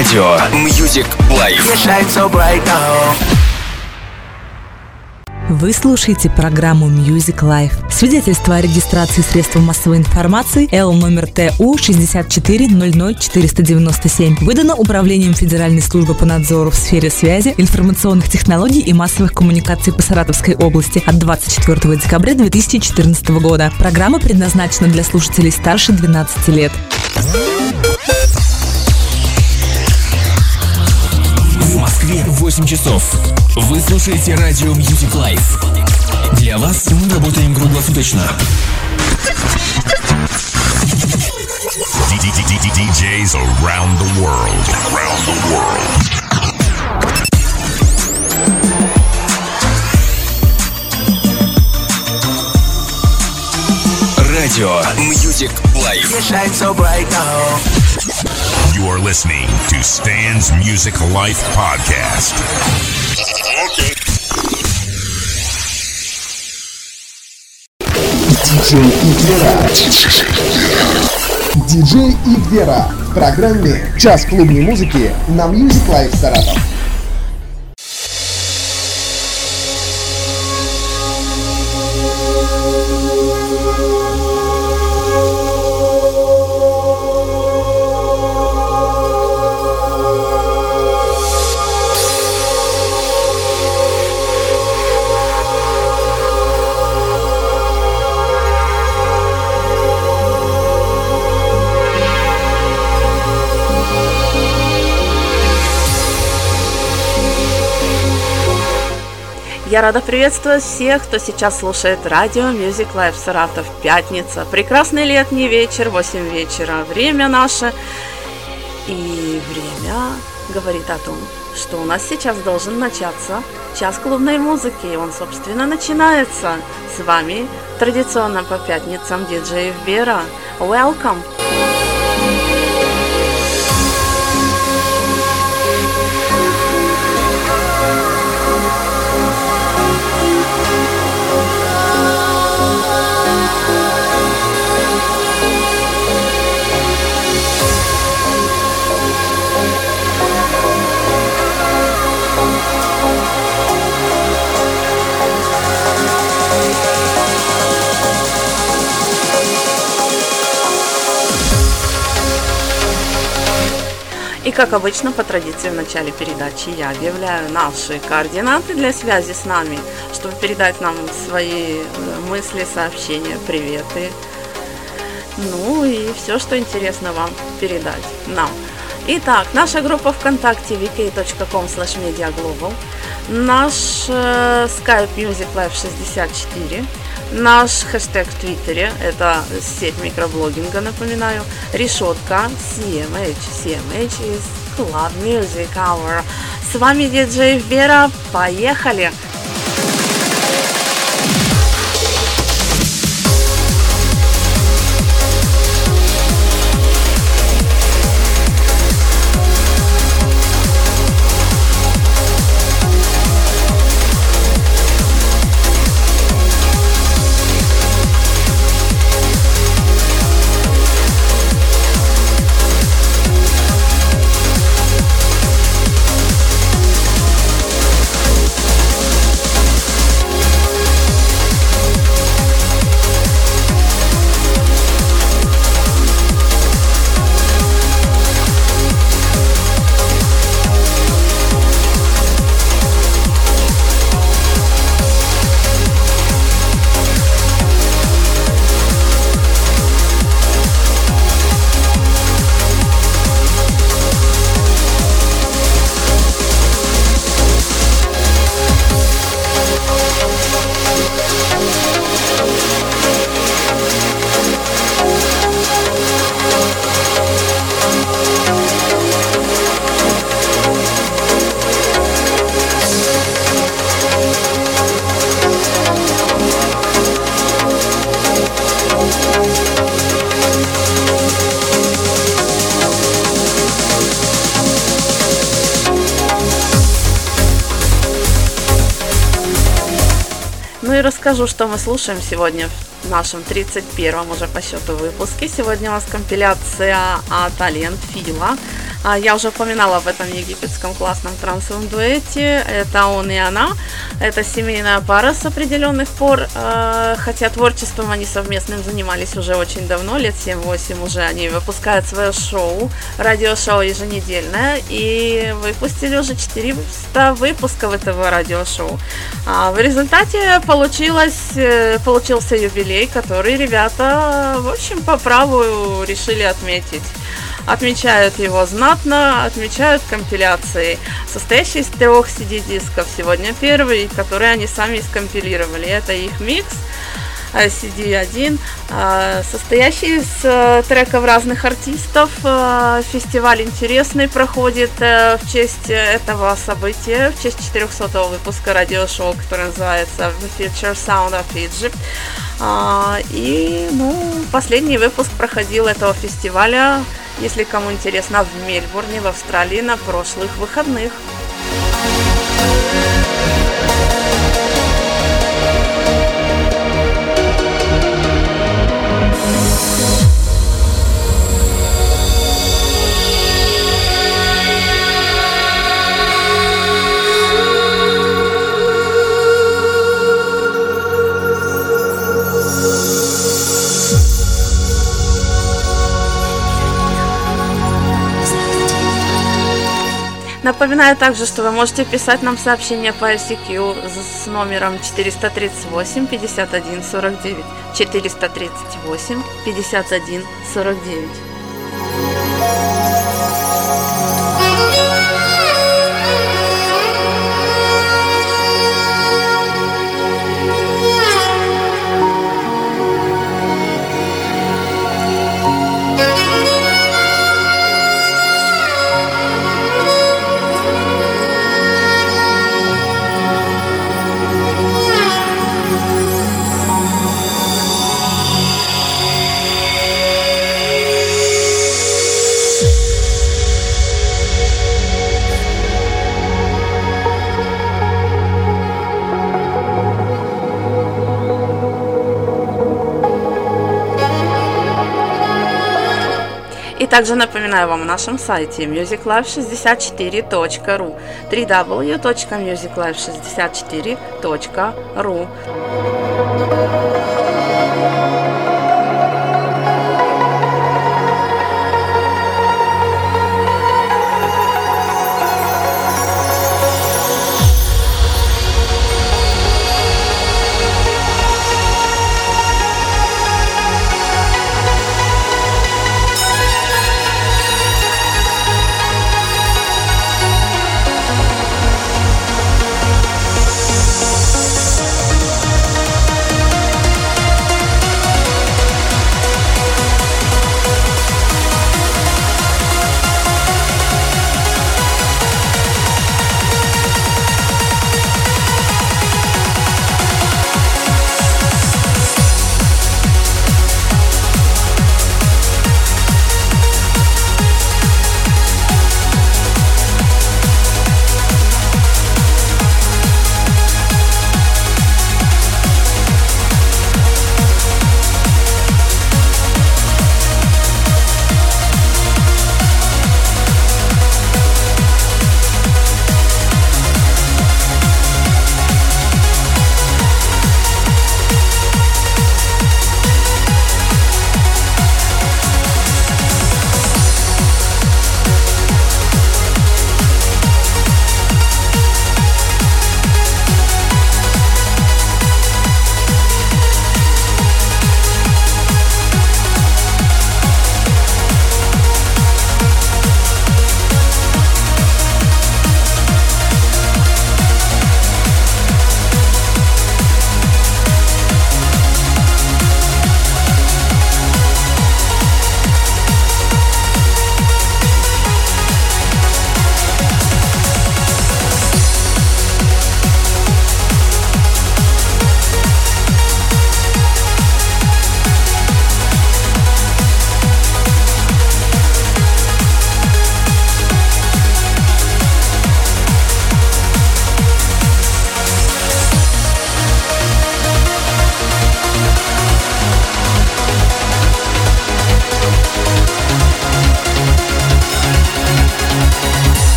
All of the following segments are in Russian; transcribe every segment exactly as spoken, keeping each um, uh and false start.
Радио Music Life. Вы слушаете программу Music Life. Свидетельство о регистрации средств массовой информации Л номер Т У шестьдесят четыре ноль ноль четыреста девяносто семь выдано Управлением Федеральной службы по надзору в сфере связи, информационных технологий и массовых коммуникаций по Саратовской области от двадцать четвёртого декабря две тысячи четырнадцатого года. Программа предназначена для слушателей старше двенадцати лет. В Москве восемь часов. Вы слушаете радио Music Life. Для вас мы работаем круглосуточно. ди джейс around the world. Around the world. Радио Music Life. You are listening to Stan's Music Life Podcast. Okay. Диджей Игвера. Диджей Игвера. В программе «Час клубной музыки» на Music Life Саратов. Я рада приветствовать всех, кто сейчас слушает радио Music Life Саратов. Пятница, прекрасный летний вечер, восемь вечера. Время наше. И время говорит о том, что у нас сейчас должен начаться час клубной музыки. И он, собственно, начинается. С вами традиционно по пятницам диджей Вера. Welcome! И как обычно, по традиции в начале передачи я объявляю наши координаты для связи с нами, чтобы передать нам свои мысли, сообщения, приветы, ну и все, что интересно вам передать нам. Итак, наша группа ВКонтакте ви кей точка ком слэш медиаглобал, наш э, Skype Music Life шестьдесят четыре, наш хэштег в Твиттере, это сеть микроблогинга, напоминаю, решетка си эм эйч. си эм эйч is Club Music Hour. С вами диджей Вера, поехали! Ну и расскажу, что мы слушаем сегодня в нашем тридцать первом уже по счету выпуске. Сегодня у нас компиляция а, «Талент» Фила. Я уже упоминала об этом египетском классном трансовом дуэте. Это он и она. Это семейная пара с определенных пор. Хотя творчеством они совместным занимались уже очень давно, лет семь-восемь уже. Они выпускают свое шоу, радиошоу еженедельное. И выпустили уже четыреста выпусков этого радиошоу. В результате получилось, получился юбилей, который ребята, в общем, по праву решили отметить. Отмечают его знатно, отмечают компиляцией, состоящей из трех си ди-дисков. Сегодня первый, который они сами скомпилировали. Это их микс си ди один, состоящий из треков разных артистов. Фестиваль интересный проходит в честь этого события, в честь четырехсотого выпуска радиошоу, который называется The Future Sound of Egypt. И ну, последний выпуск проходил этого фестиваля, если кому интересно, в Мельбурне, в Австралии на прошлых выходных. Напоминаю также, что вы можете писать нам сообщения по ай си кью с номером четыреста тридцать восемь пятьдесят один сорок девять. четыреста тридцать восемь пятьдесят один сорок девять. И также напоминаю вам о нашем сайте мьюзик лайф шестьдесят четыре точка ру дабл ю дабл ю дабл ю точка мьюзик лайф шестьдесят четыре точка ру.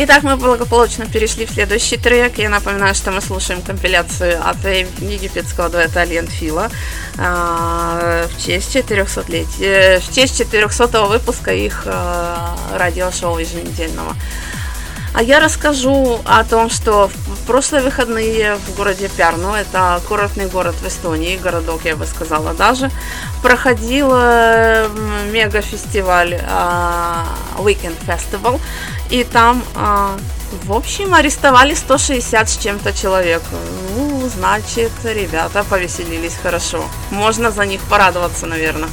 Итак, мы благополучно перешли в следующий трек. Я напоминаю, что мы слушаем компиляцию от египетского дуэта Али & Фила в честь четырехсотлетия, в честь четырехсотого выпуска их радиошоу еженедельного. А я расскажу о том, что в прошлые выходные в городе Пярну, это курортный город в Эстонии, городок, я бы сказала, даже, проходил мега-фестиваль Weekend Festival, и там, в общем, арестовали сто шестьдесят с чем-то человек. Ну, значит, ребята повеселились хорошо. Можно за них порадоваться, наверное.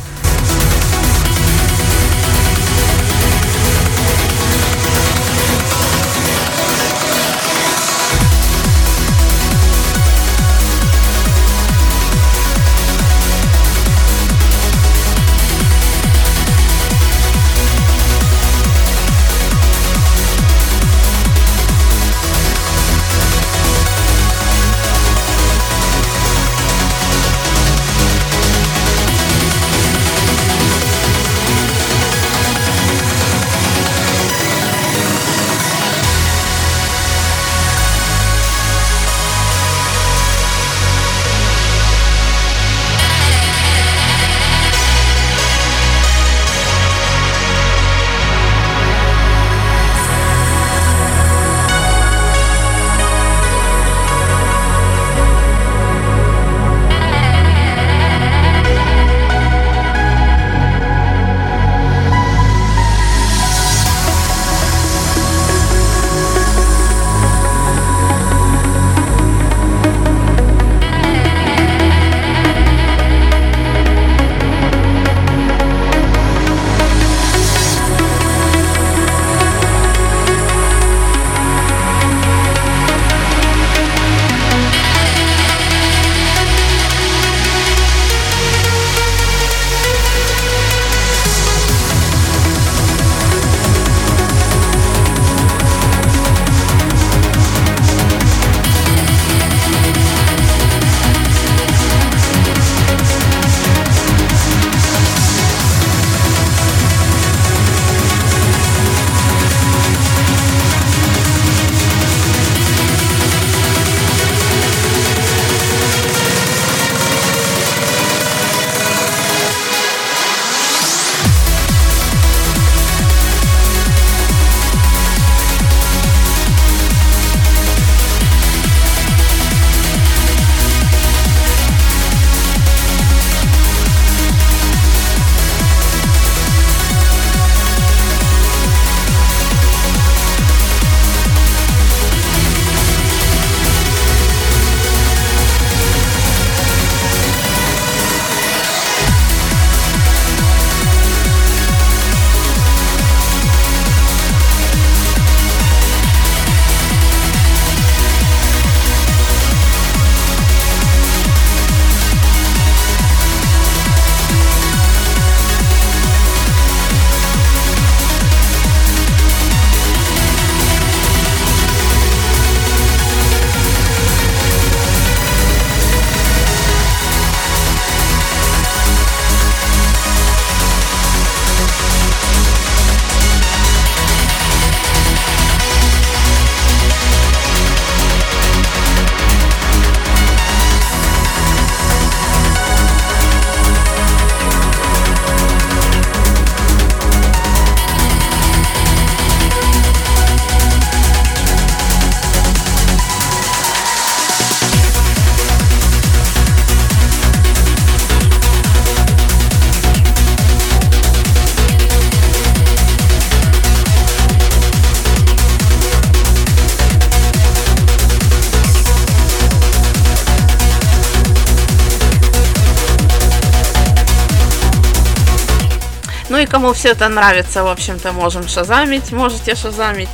Ну и кому все это нравится, в общем-то, можем шазамить, можете шазамить.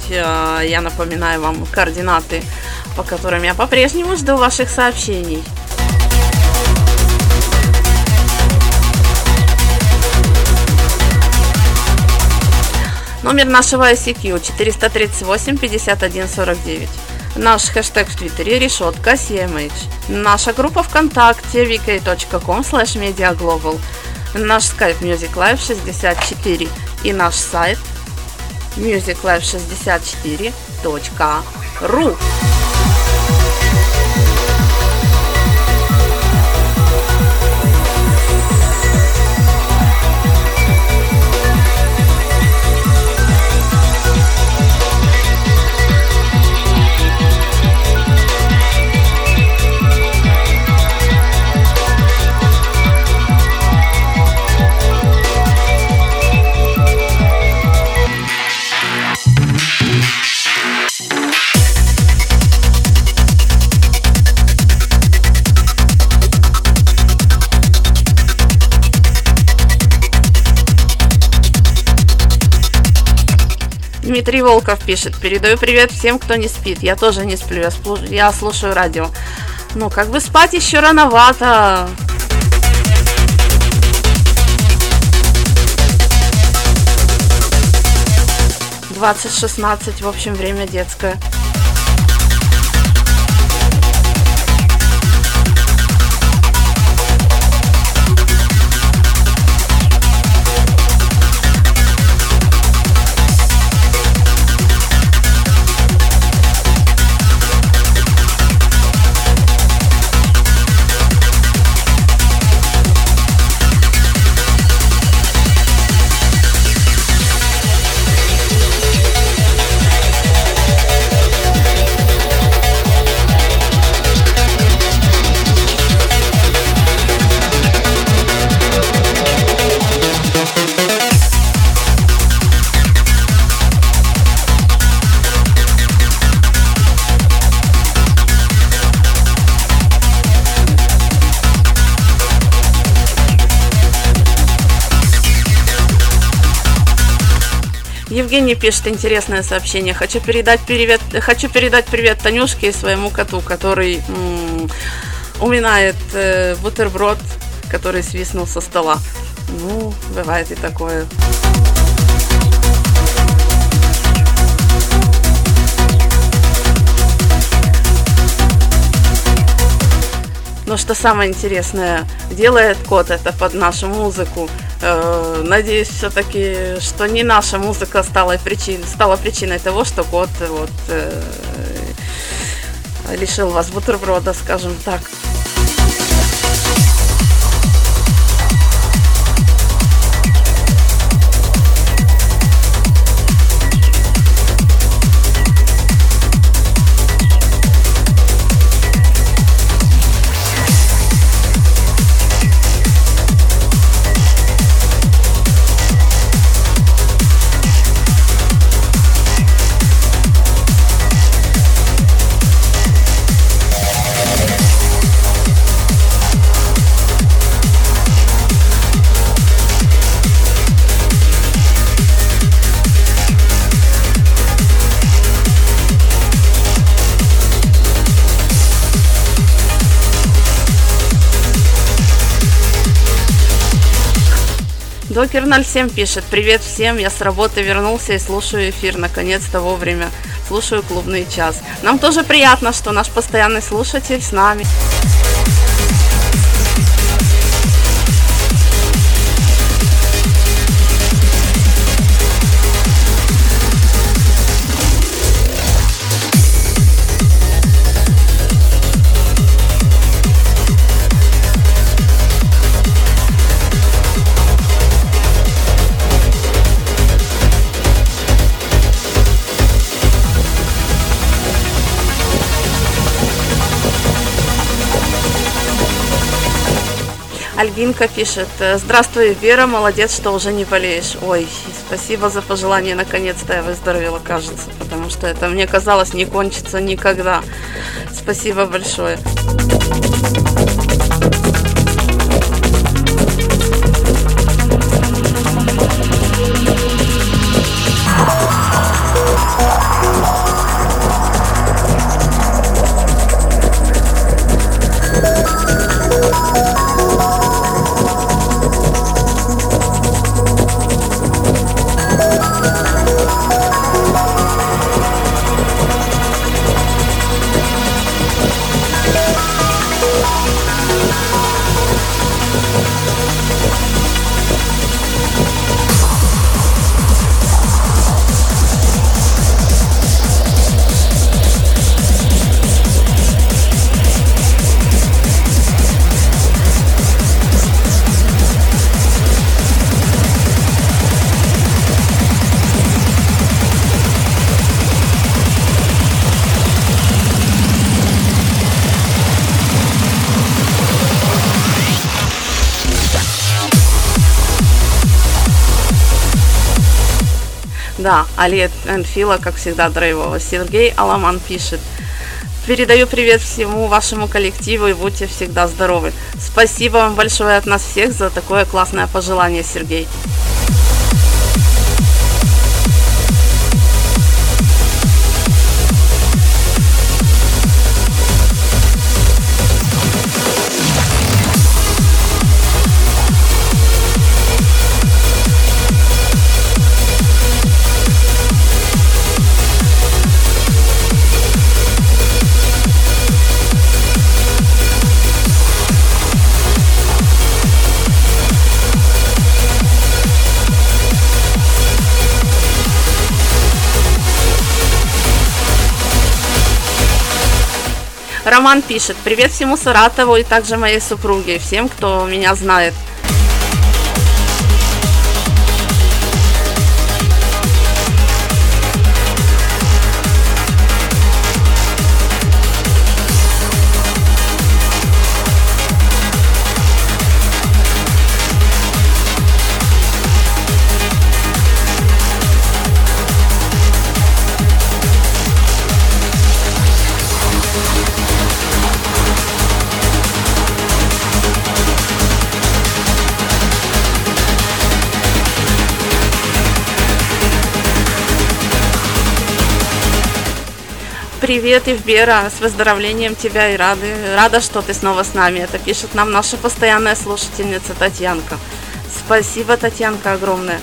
Я напоминаю вам координаты, по которым я по-прежнему жду ваших сообщений. Номер нашего ай си кью четыреста тридцать восемь пятьдесят один сорок девять. Наш хэштег в Твиттере решетка си эм эйч. Наша группа ВКонтакте ви кей точка ком слэш медиаглобал. Наш скайп Music Live шестьдесят четыре и наш сайт мьюзик лайф шестьдесят четыре точка ру. Дмитрий Волков пишет: передаю привет всем, кто не спит. Я тоже не сплю, я, сплю, я слушаю радио. Ну, как бы спать еще рановато. двадцать шестнадцать, в общем, время детское. Евгений пишет интересное сообщение. Хочу передать привет, хочу передать привет Танюшке и своему коту, который м- уминает э, бутерброд, который свистнул со стола. Ну, бывает и такое. Но что самое интересное, делает кот это под нашу музыку. Надеюсь все-таки, что не наша музыка стала причиной, стала причиной того, что кот вот, э, лишил вас бутерброда, скажем так. Докер ноль семь пишет: привет всем, я с работы вернулся и слушаю эфир, наконец-то вовремя, слушаю клубный час. Нам тоже приятно, что наш постоянный слушатель с нами. Альбинка пишет: здравствуй, Вера, молодец, что уже не болеешь. Ой, спасибо за пожелание, наконец-то я выздоровела, кажется, потому что это, мне казалось, не кончится никогда. Спасибо большое. Да, Али Энфила, как всегда, драйвово. Сергей Аламан пишет: передаю привет всему вашему коллективу и будьте всегда здоровы. Спасибо вам большое от нас всех за такое классное пожелание, Сергей. Роман пишет: привет всему Саратову и также моей супруге, всем, кто меня знает. Привет, Евбера, с выздоровлением тебя и рады, рада, что ты снова с нами. Это пишет нам наша постоянная слушательница Татьянка. Спасибо, Татьянка, огромное.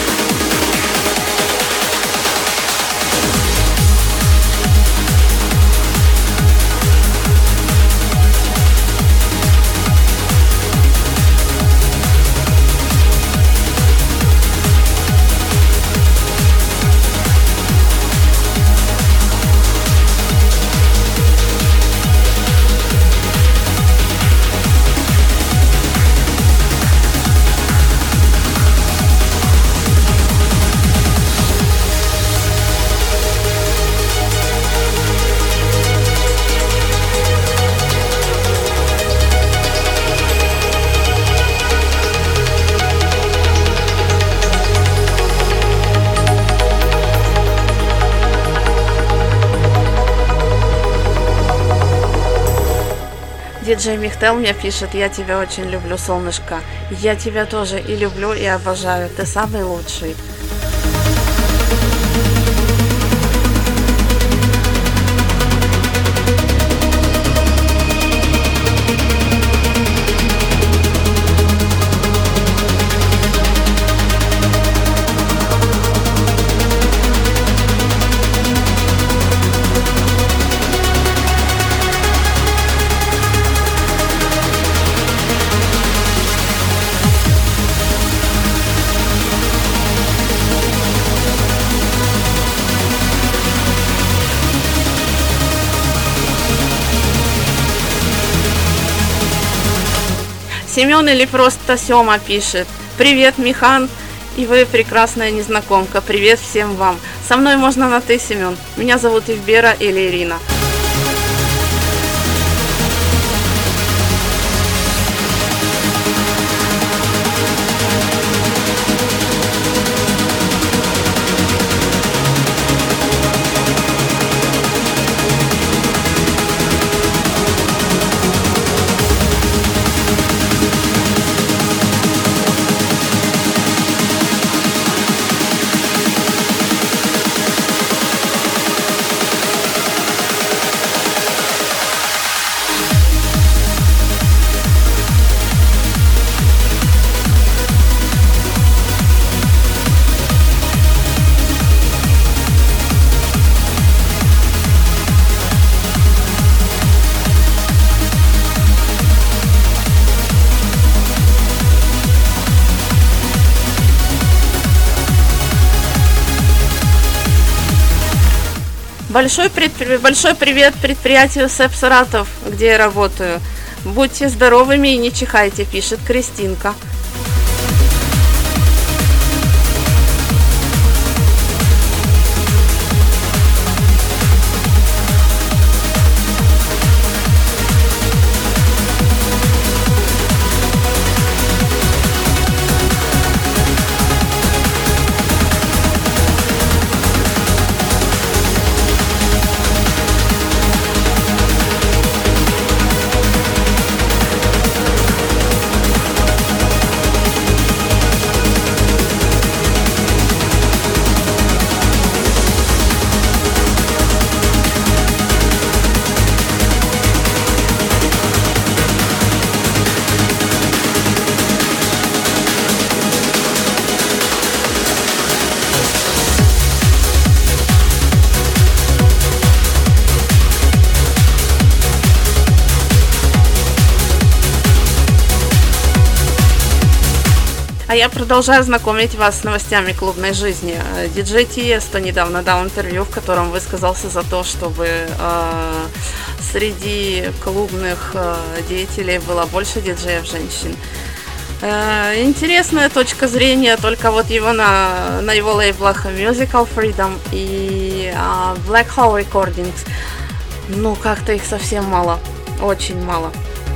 Диджей Михтел мне пишет: я тебя очень люблю, солнышко. Я тебя тоже и люблю, и обожаю. Ты самый лучший. Семен или просто Сема пишет: привет, Михан, и вы прекрасная незнакомка. Привет всем вам. Со мной можно на ты, Семен. Меня зовут Евбера или Ирина. Большой, предпри... Большой привет предприятию СЭП Саратов, где я работаю. Будьте здоровыми и не чихайте, пишет Кристинка. А я продолжаю знакомить вас с новостями клубной жизни. Диджей Тиесто недавно дал интервью, в котором высказался за то, чтобы э, среди клубных э, деятелей было больше диджеев женщин. Э, интересная точка зрения, только вот его на, на его лейблах Musical Freedom и э, Black Hole Recordings. Ну, как-то их совсем мало, очень мало.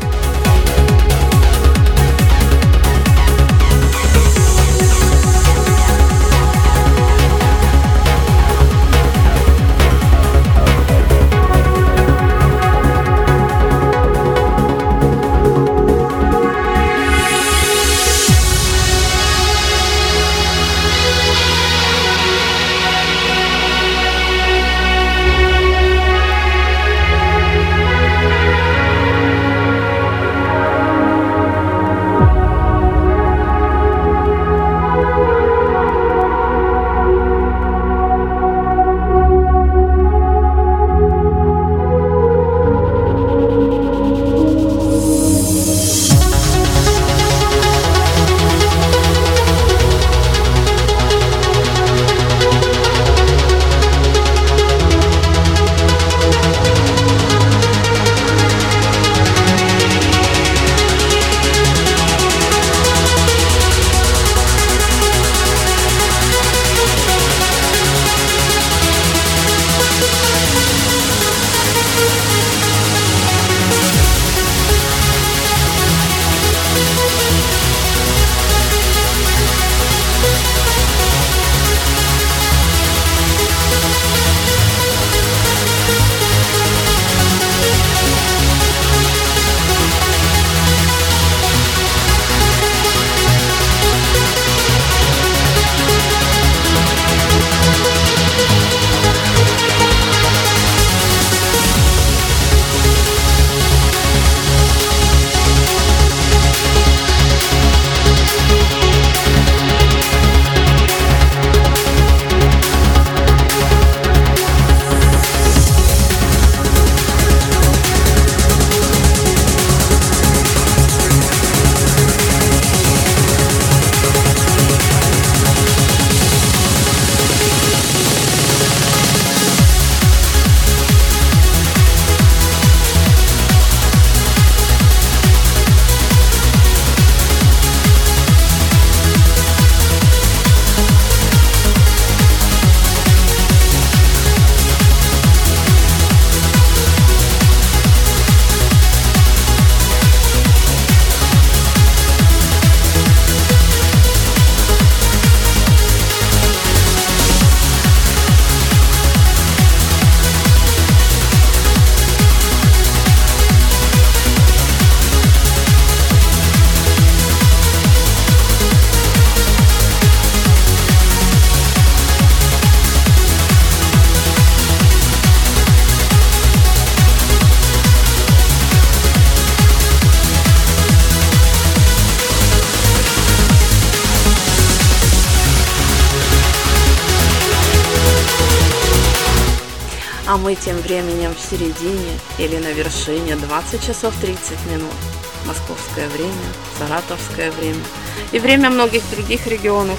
А мы тем временем в середине или на вершине двадцать часов тридцать минут. Московское время, саратовское время и время многих других регионов.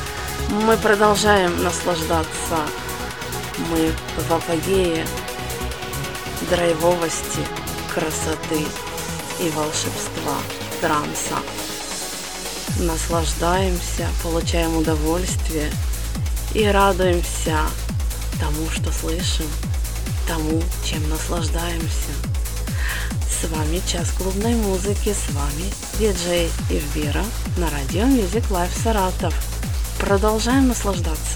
Мы продолжаем наслаждаться. Мы в апогее драйвовости, красоты и волшебства транса. Наслаждаемся, получаем удовольствие и радуемся тому, что слышим, тому, чем наслаждаемся. С вами час клубной музыки, с вами диджей Эльвира на радио Music Life Саратов. Продолжаем наслаждаться.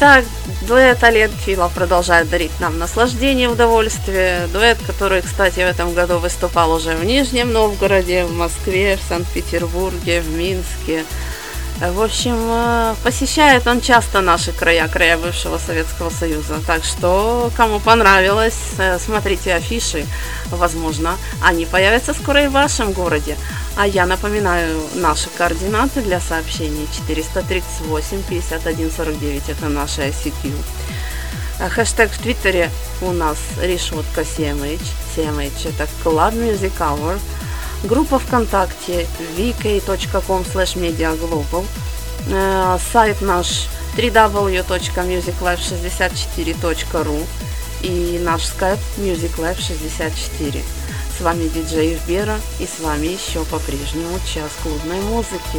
Итак, дуэт Олег Филов продолжает дарить нам наслаждение, удовольствие. Дуэт, который, кстати, в этом году выступал уже в Нижнем Новгороде, в Москве, в Санкт-Петербурге, в Минске. В общем, посещает он часто наши края, края бывшего Советского Союза. Так что, кому понравилось, смотрите афиши. Возможно, они появятся скоро и в вашем городе. А я напоминаю наши координаты для сообщений. четыреста тридцать восемь пятьдесят один сорок девять, это наша ай си кью. Хэштег в Твиттере у нас решетка си эм эйч. си эм эйч это Club Music Hour. Группа ВКонтакте ви кей точка ком слэш медиаглобал. Сайт наш дабл ю дабл ю дабл ю точка мьюзик лайф шестьдесят четыре точка ру и наш скайп мьюзик лайф шестьдесят четыре. С вами диджей Вера, и с вами еще по-прежнему час клубной музыки.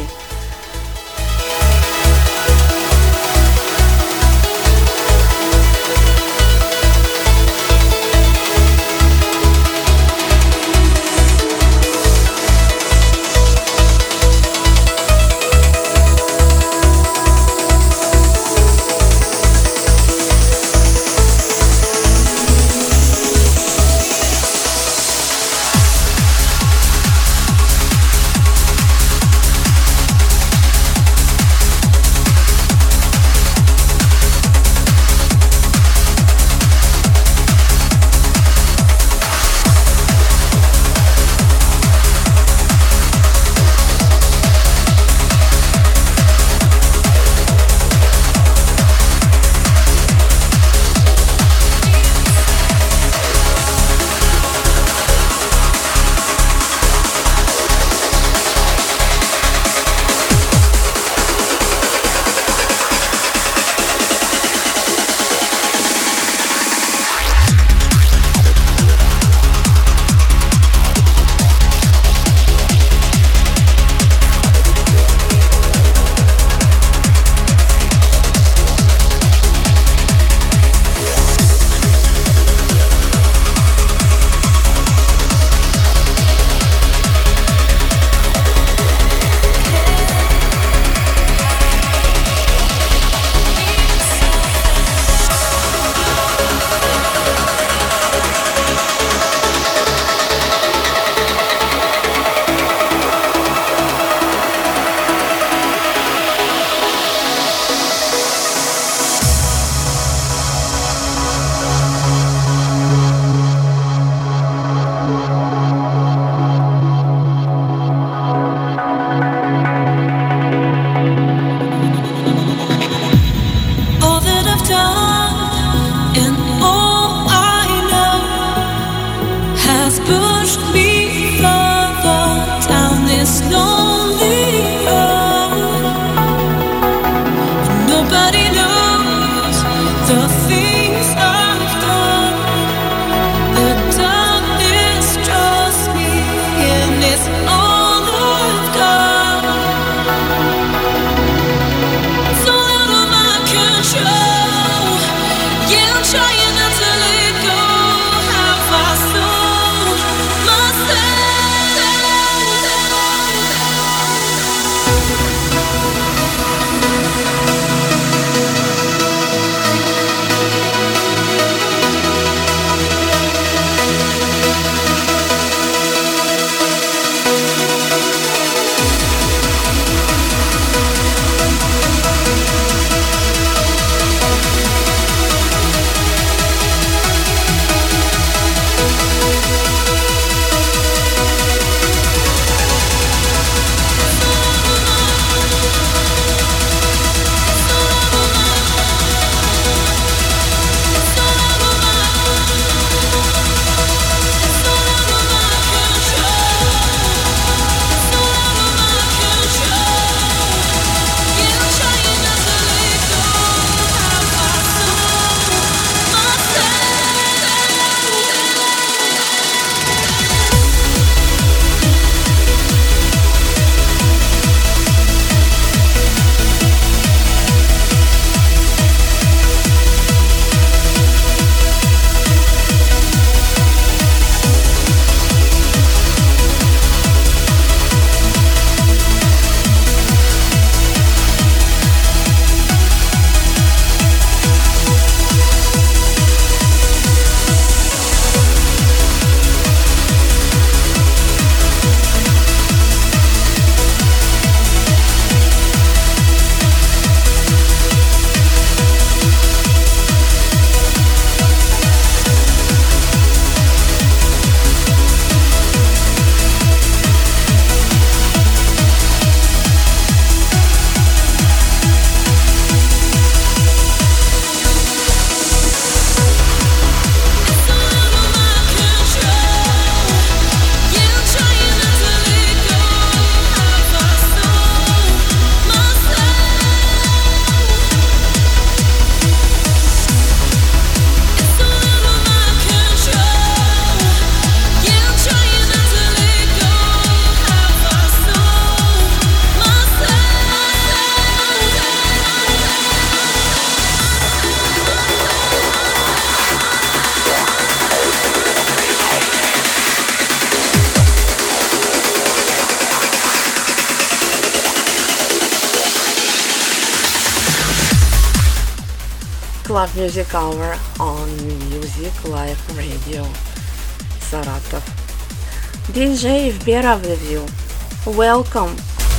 Club Music Hour on Music Live Radio, Saratov. ди джей Evbera with you. Welcome.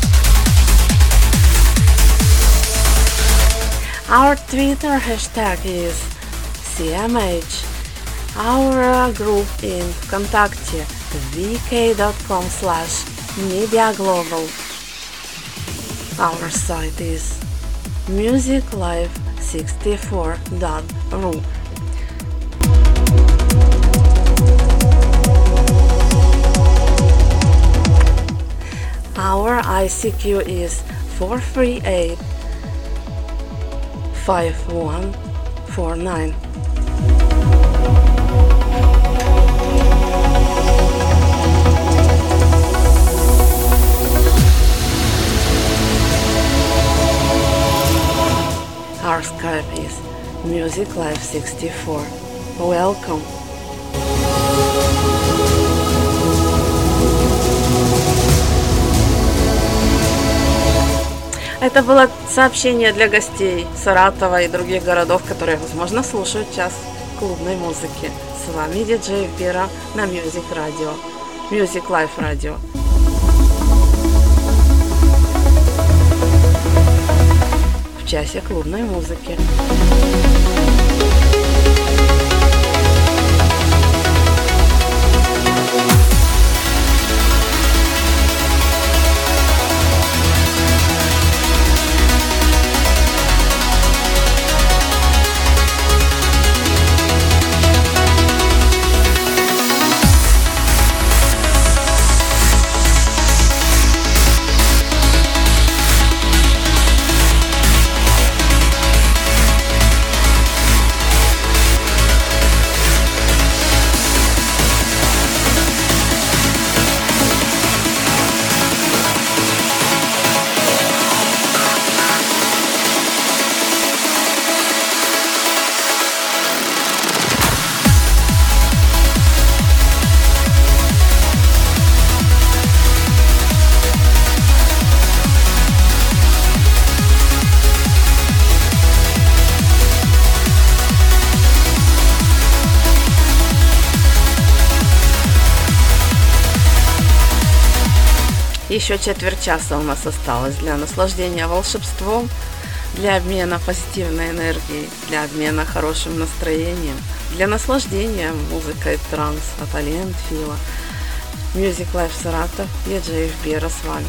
Our Twitter hashtag is C M H. Our group in Vkontakte vk.com slash mediaglobal. Our site is musiclive sixty-four dot r u. Our I C Q is four three eight five one four nine. Our Skype is musiclive sixty-four. Welcome. Это было сообщение для гостей Саратова и других городов, которые, возможно, слушают час клубной музыки. С вами ди джей Evbera на Music Radio, Music Live Radio. В часе клубной музыки. Еще четверть часа у нас осталось для наслаждения волшебством, для обмена позитивной энергией, для обмена хорошим настроением, для наслаждения музыкой транс от Alien Fila. Music Live Saratov, ди джей Evbera с вами.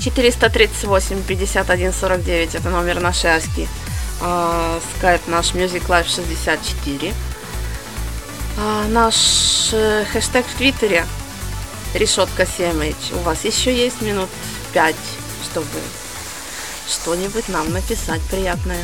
четыреста тридцать восемь пятьдесят один сорок девять это номер нашей Аськи. Скайп наш Music Life шестьдесят четыре. Наш э, хэштег в Твиттере решетка си эм эйч. У вас еще есть минут пять, чтобы что-нибудь нам написать приятное.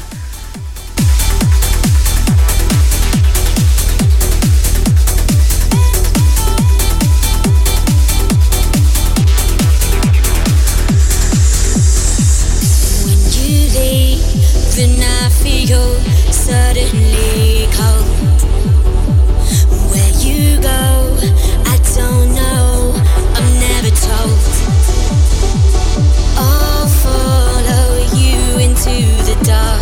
Then I feel suddenly cold. Where you go, I don't know, I'm never told. I'll follow you into the dark.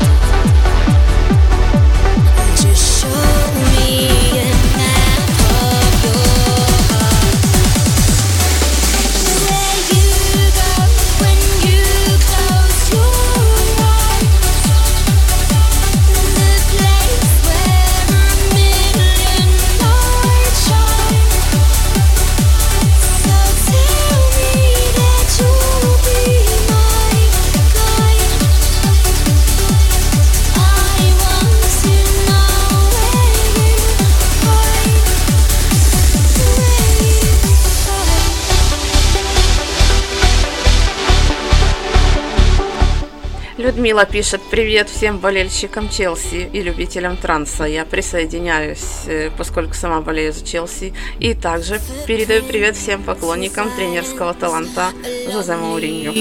Just show me a map of your heart. Where you go when you close your Людмила пишет: привет всем болельщикам Челси и любителям транса. Я присоединяюсь, поскольку сама болею за Челси. И также передаю привет всем поклонникам тренерского таланта Жозе Мауриньо.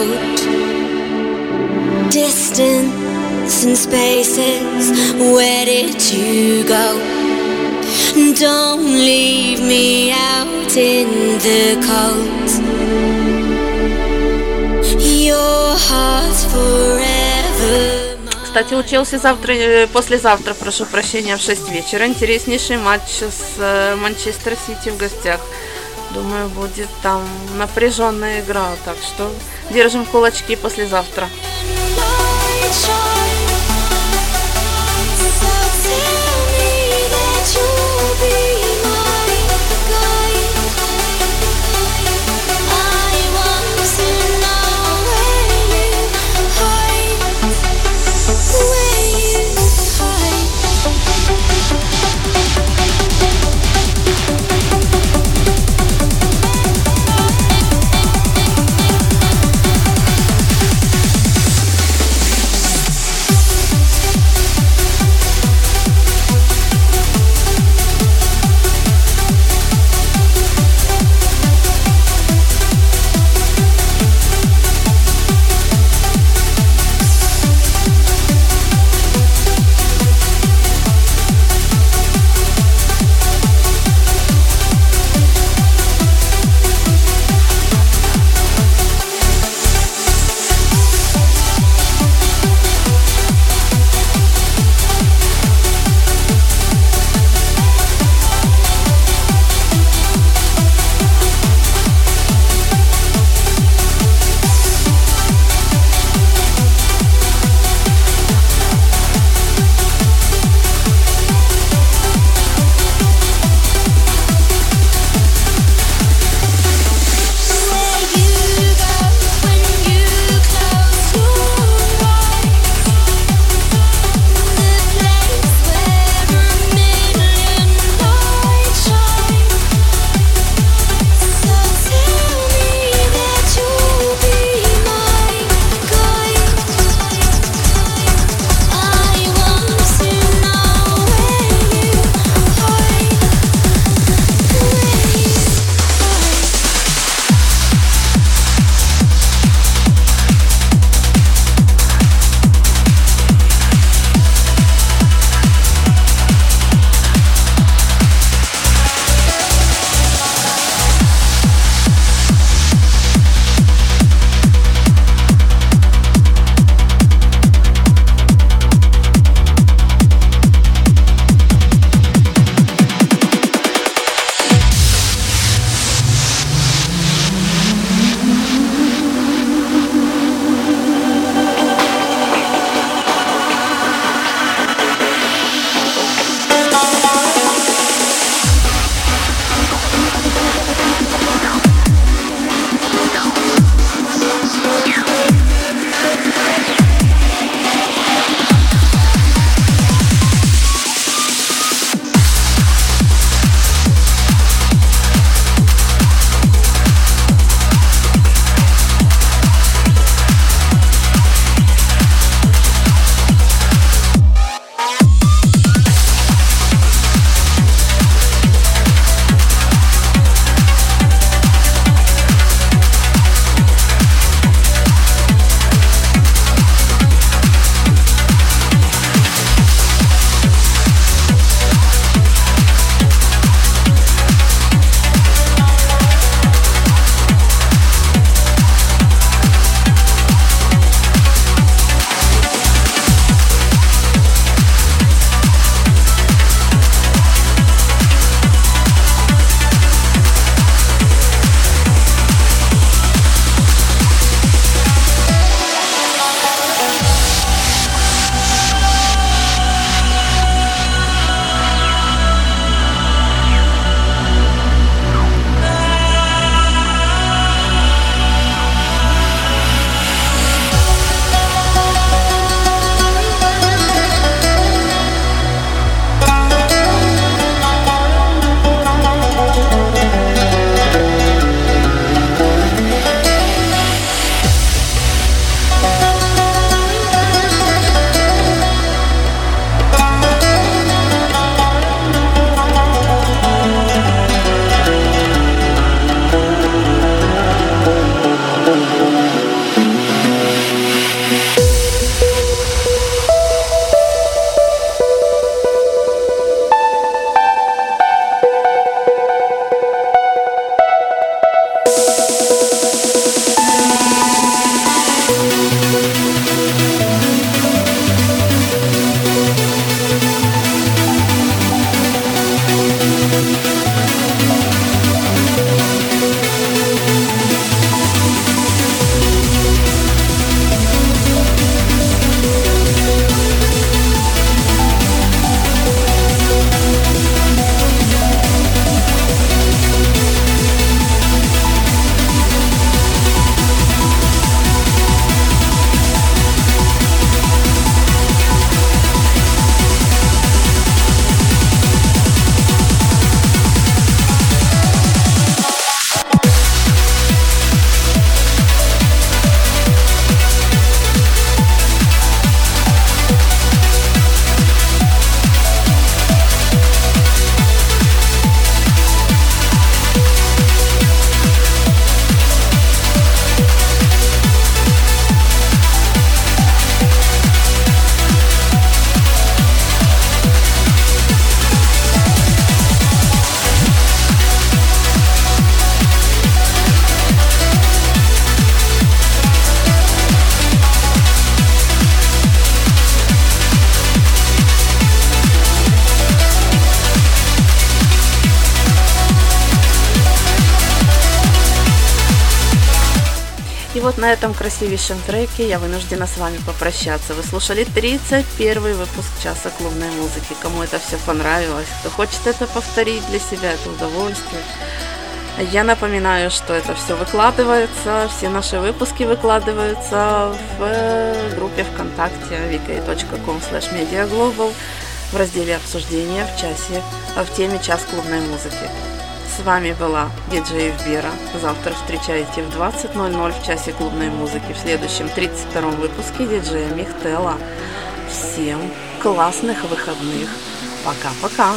Distance and spaces, where did you go? Don't leave me out in the cold. Your heart's forever. Кстати, у Челси завтра, послезавтра, прошу прощения, в шесть вечера интереснейший матч с Манчестер Сити в гостях. Думаю, будет там напряженная игра, так что держим кулачки послезавтра. вот на этом красивейшем треке я вынуждена с вами попрощаться. Вы слушали тридцать первый выпуск часа клубной музыки. Кому это все понравилось, кто хочет это повторить для себя, это удовольствие. Я напоминаю, что это все выкладывается, все наши выпуски выкладываются в группе ВКонтакте ви кей точка ком слэш медиаглобал в разделе обсуждения в часе, в теме «Час клубной музыки». С вами была диджей Вера. Завтра встречайте в двадцать ноль ноль в часе клубной музыки. В следующем тридцать втором выпуске диджея Михтела. Всем классных выходных. Пока-пока.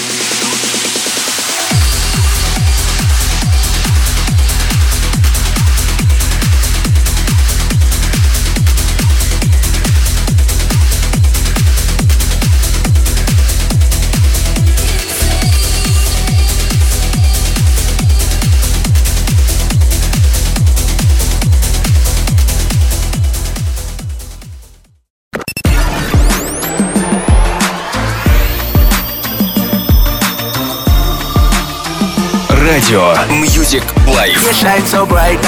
Радио Music Life.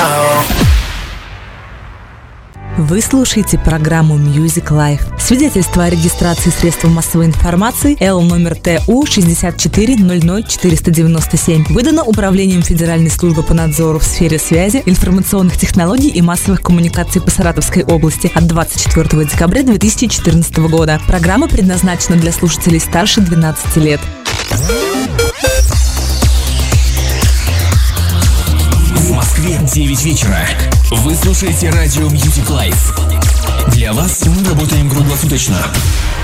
Вы слушаете программу Music Life. Свидетельство о регистрации средств массовой информации Л номер Т У шестьдесят четыре ноль ноль четыреста девяносто семь выдано Управлением Федеральной службы по надзору в сфере связи, информационных технологий и массовых коммуникаций по Саратовской области от двадцать четвёртого декабря две тысячи четырнадцатого года. Программа предназначена для слушателей старше двенадцати лет. В Москве девять вечера. Вы слушаете радио Music Life. Для вас мы работаем круглосуточно.